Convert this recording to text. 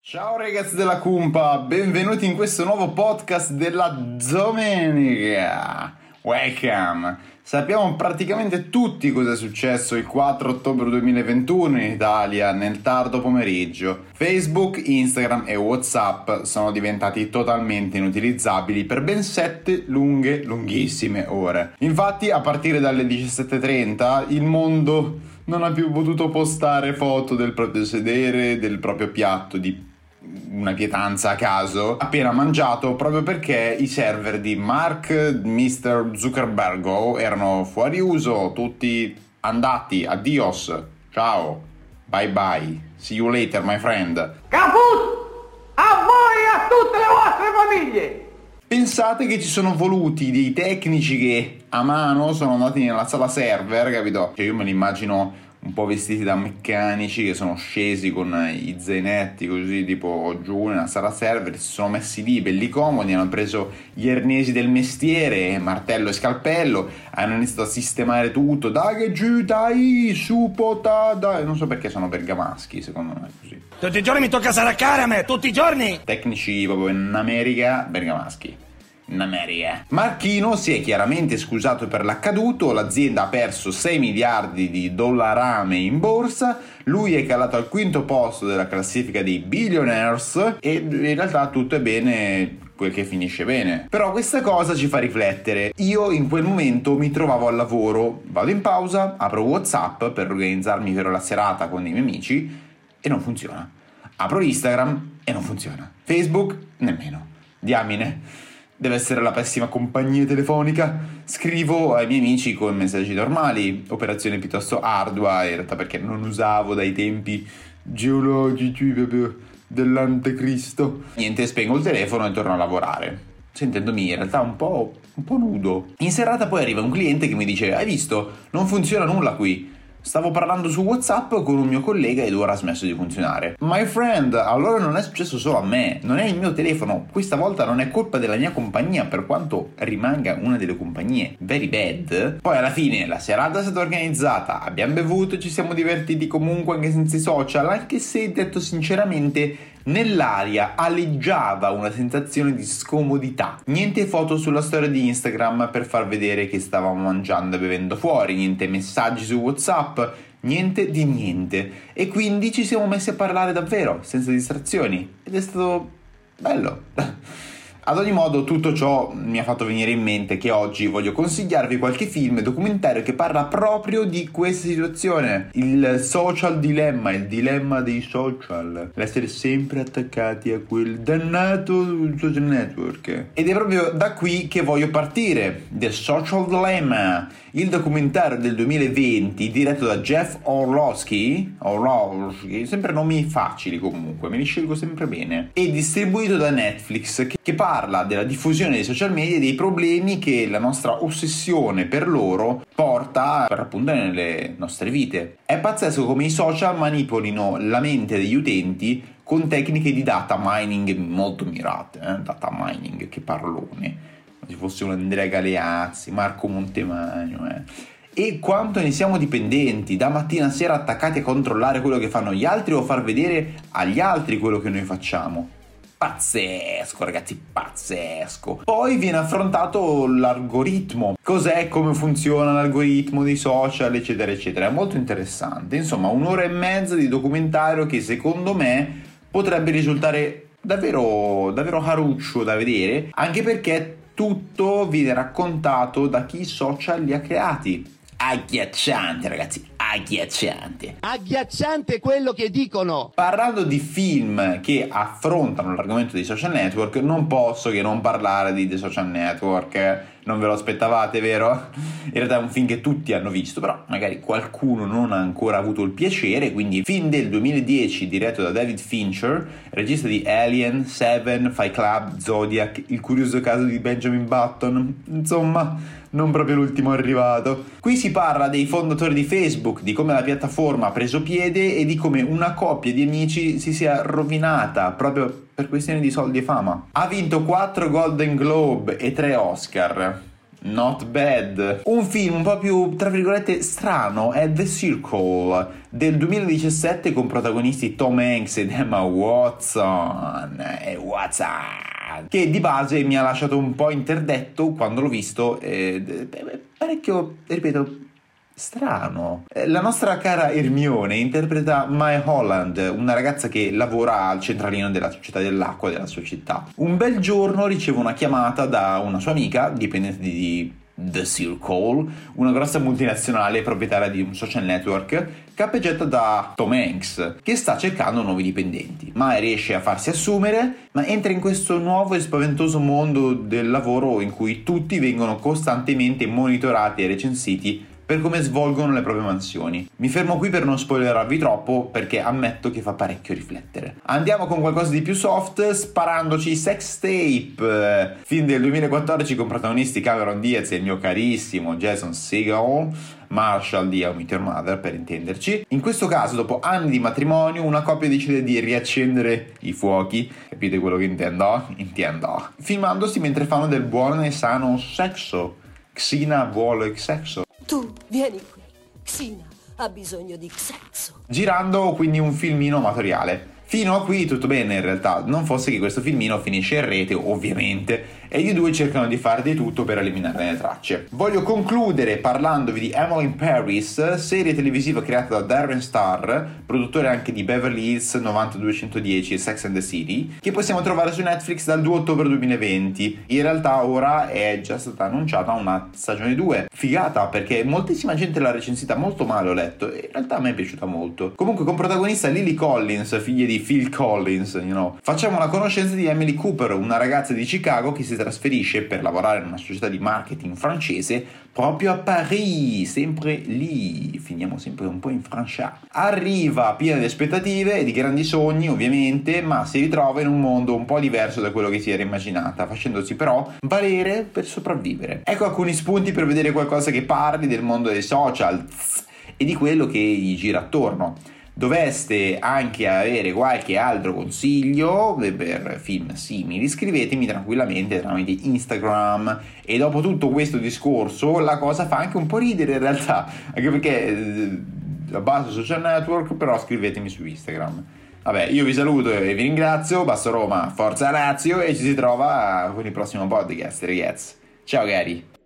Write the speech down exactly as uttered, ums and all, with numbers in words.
Ciao ragazzi della Cumpa, benvenuti in questo nuovo podcast della domenica. Welcome! Sappiamo praticamente tutti cosa è successo il quattro ottobre duemilaventuno in Italia nel tardo pomeriggio. Facebook, Instagram e WhatsApp sono diventati totalmente inutilizzabili per ben sette lunghe, lunghissime ore. Infatti, a partire dalle diciassette e trenta il mondo non ha più potuto postare foto del proprio sedere, del proprio piatto di una pietanza a caso appena mangiato, proprio perché i server di Mark mister Zuckerberg erano fuori uso, tutti andati, addios, ciao, bye bye, see you later my friend. Caput! A voi e a tutte le vostre famiglie! Pensate che ci sono voluti dei tecnici che a mano sono andati nella sala server, capito? Cioè io me li immagino un po' vestiti da meccanici che sono scesi con i zainetti così tipo giù nella sala server, si sono messi lì belli comodi, hanno preso gli arnesi del mestiere, martello e scalpello, hanno iniziato a sistemare tutto, dai che giù, dai, su, pota, dai, non so perché sono bergamaschi, secondo me così. Tutti i giorni mi tocca saraccare a me, tutti i giorni! Tecnici proprio in America, bergamaschi. In America. Marchino si è chiaramente scusato per l'accaduto, l'azienda ha perso sei miliardi di dollarame in borsa, lui è calato al quinto posto della classifica dei billionaires e in realtà tutto è bene quel che finisce bene. Però questa cosa ci fa riflettere. Io in quel momento mi trovavo al lavoro, vado in pausa, apro WhatsApp per organizzarmi per la serata con i miei amici e non funziona. Apro Instagram e non funziona. Facebook nemmeno. Diamine. Deve essere la pessima compagnia telefonica. Scrivo ai miei amici con messaggi normali, operazione piuttosto ardua in realtà perché non usavo dai tempi geologici proprio dell'antecristo. Niente, spengo il telefono e torno a lavorare, sentendomi in realtà un po', un po' nudo. In serata poi arriva un cliente che mi dice: hai visto? Non funziona nulla qui. Stavo parlando su WhatsApp con un mio collega ed ora ha smesso di funzionare. My friend, allora non è successo solo a me, non è il mio telefono, questa volta non è colpa della mia compagnia, per quanto rimanga una delle compagnie very bad. Poi alla fine la serata è stata organizzata, abbiamo bevuto e ci siamo divertiti comunque anche senza i social, anche se, detto sinceramente, nell'aria aleggiava una sensazione di scomodità. Niente foto sulla storia di Instagram per far vedere che stavamo mangiando e bevendo fuori, niente messaggi su WhatsApp, niente di niente. E quindi ci siamo messi a parlare davvero, senza distrazioni, ed è stato bello. Ad ogni modo, tutto ciò mi ha fatto venire in mente che oggi voglio consigliarvi qualche film e documentario che parla proprio di questa situazione. Il social dilemma, il dilemma dei social. L'essere sempre attaccati a quel dannato social network. Ed è proprio da qui che voglio partire. The Social Dilemma, il documentario del duemilaventi diretto da Jeff Orlowski, Orlowski, sempre nomi facili comunque, me li scelgo sempre bene, e distribuito da Netflix, che, che parla della diffusione dei social media e dei problemi che la nostra ossessione per loro porta per appunto nelle nostre vite. È pazzesco come i social manipolino la mente degli utenti con tecniche di data mining molto mirate, eh? Data mining, che parlone. Ci fosse un Andrea Galeazzi, Marco Montemagno, eh. E quanto ne siamo dipendenti, da mattina a sera attaccati a controllare quello che fanno gli altri o far vedere agli altri quello che noi facciamo. Pazzesco ragazzi, pazzesco. Poi viene affrontato l'algoritmo, cos'è, come funziona l'algoritmo dei social, eccetera eccetera. È molto interessante. Insomma, un'ora e mezza di documentario che secondo me potrebbe risultare davvero davvero caruccio da vedere, anche perché tutto viene raccontato da chi i social li ha creati. Agghiacciante ragazzi, agghiacciante. Agghiacciante quello che dicono. Parlando di film che affrontano l'argomento dei social network, non posso che non parlare di The Social Network. Non ve lo aspettavate, vero? In realtà è un film che tutti hanno visto, però magari qualcuno non ha ancora avuto il piacere. Quindi film del duemiladieci diretto da David Fincher, regista di Alien, Seven, Fight Club, Zodiac, Il curioso caso di Benjamin Button, insomma non proprio l'ultimo arrivato. Qui si parla dei fondatori di Facebook, di come la piattaforma ha preso piede e di come una coppia di amici si sia rovinata proprio per questioni di soldi e fama. Ha vinto quattro Golden Globe e tre Oscar. Not bad. Un film un po' più, tra virgolette, strano è The Circle del duemiladiciassette con protagonisti Tom Hanks ed Emma Watson. E Watson! Che di base mi ha lasciato un po' interdetto quando l'ho visto. Eh, parecchio, ripeto, strano. La nostra cara Hermione interpreta Mae Holland, una ragazza che lavora al centralino della società dell'acqua della sua città. Un bel giorno riceve una chiamata da una sua amica, dipendente di The Circle, una grossa multinazionale proprietaria di un social network, cappeggiata da Tom Hanks, che sta cercando nuovi dipendenti. Mae riesce a farsi assumere, ma entra in questo nuovo e spaventoso mondo del lavoro in cui tutti vengono costantemente monitorati e recensiti per come svolgono le proprie mansioni. Mi fermo qui per non spoilerarvi troppo, perché ammetto che fa parecchio riflettere. Andiamo con qualcosa di più soft, sparandoci Sex Tape, film del duemilaquattordici con protagonisti Cameron Diaz e il mio carissimo Jason Segel, Marshall di How I Met Your Mother per intenderci. In questo caso, dopo anni di matrimonio, una coppia decide di riaccendere i fuochi, capite quello che intendo? Intendo. Filmandosi mentre fanno del buono e sano sesso. Xina vuole sesso. Tu, vieni qui. Xina ha bisogno di sesso. Girando quindi un filmino amatoriale. Fino a qui tutto bene in realtà, non fosse che questo filmino finisce in rete, ovviamente, e gli due cercano di fare di tutto per eliminarne le tracce. Voglio concludere parlandovi di Emily in Paris, serie televisiva creata da Darren Star, produttore anche di Beverly Hills novantadue e Sex and the City, che possiamo trovare su Netflix dal due ottobre duemilaventi. In realtà ora è già stata annunciata una stagione due. Figata, perché moltissima gente l'ha recensita molto male, ho letto, e in realtà a me è piaciuta molto. Comunque con protagonista Lily Collins, figlia di Phil Collins, you know. Facciamo la conoscenza di Emily Cooper, una ragazza di Chicago che si trasferisce per lavorare in una società di marketing francese proprio a Paris, sempre lì, finiamo sempre un po' in Francia. Arriva piena di aspettative e di grandi sogni ovviamente, ma si ritrova in un mondo un po' diverso da quello che si era immaginata, facendosi però valere per sopravvivere. Ecco alcuni spunti per vedere qualcosa che parli del mondo dei social e di quello che gli gira attorno. Doveste anche avere qualche altro consiglio per film simili, scrivetemi tranquillamente tramite Instagram. E dopo tutto questo discorso la cosa fa anche un po' ridere in realtà, anche perché eh, la base social network, però scrivetemi su Instagram. Vabbè, io vi saluto e vi ringrazio, Basso Roma, Forza Lazio, e ci si trova con il prossimo podcast, ragazzi. Ciao cari!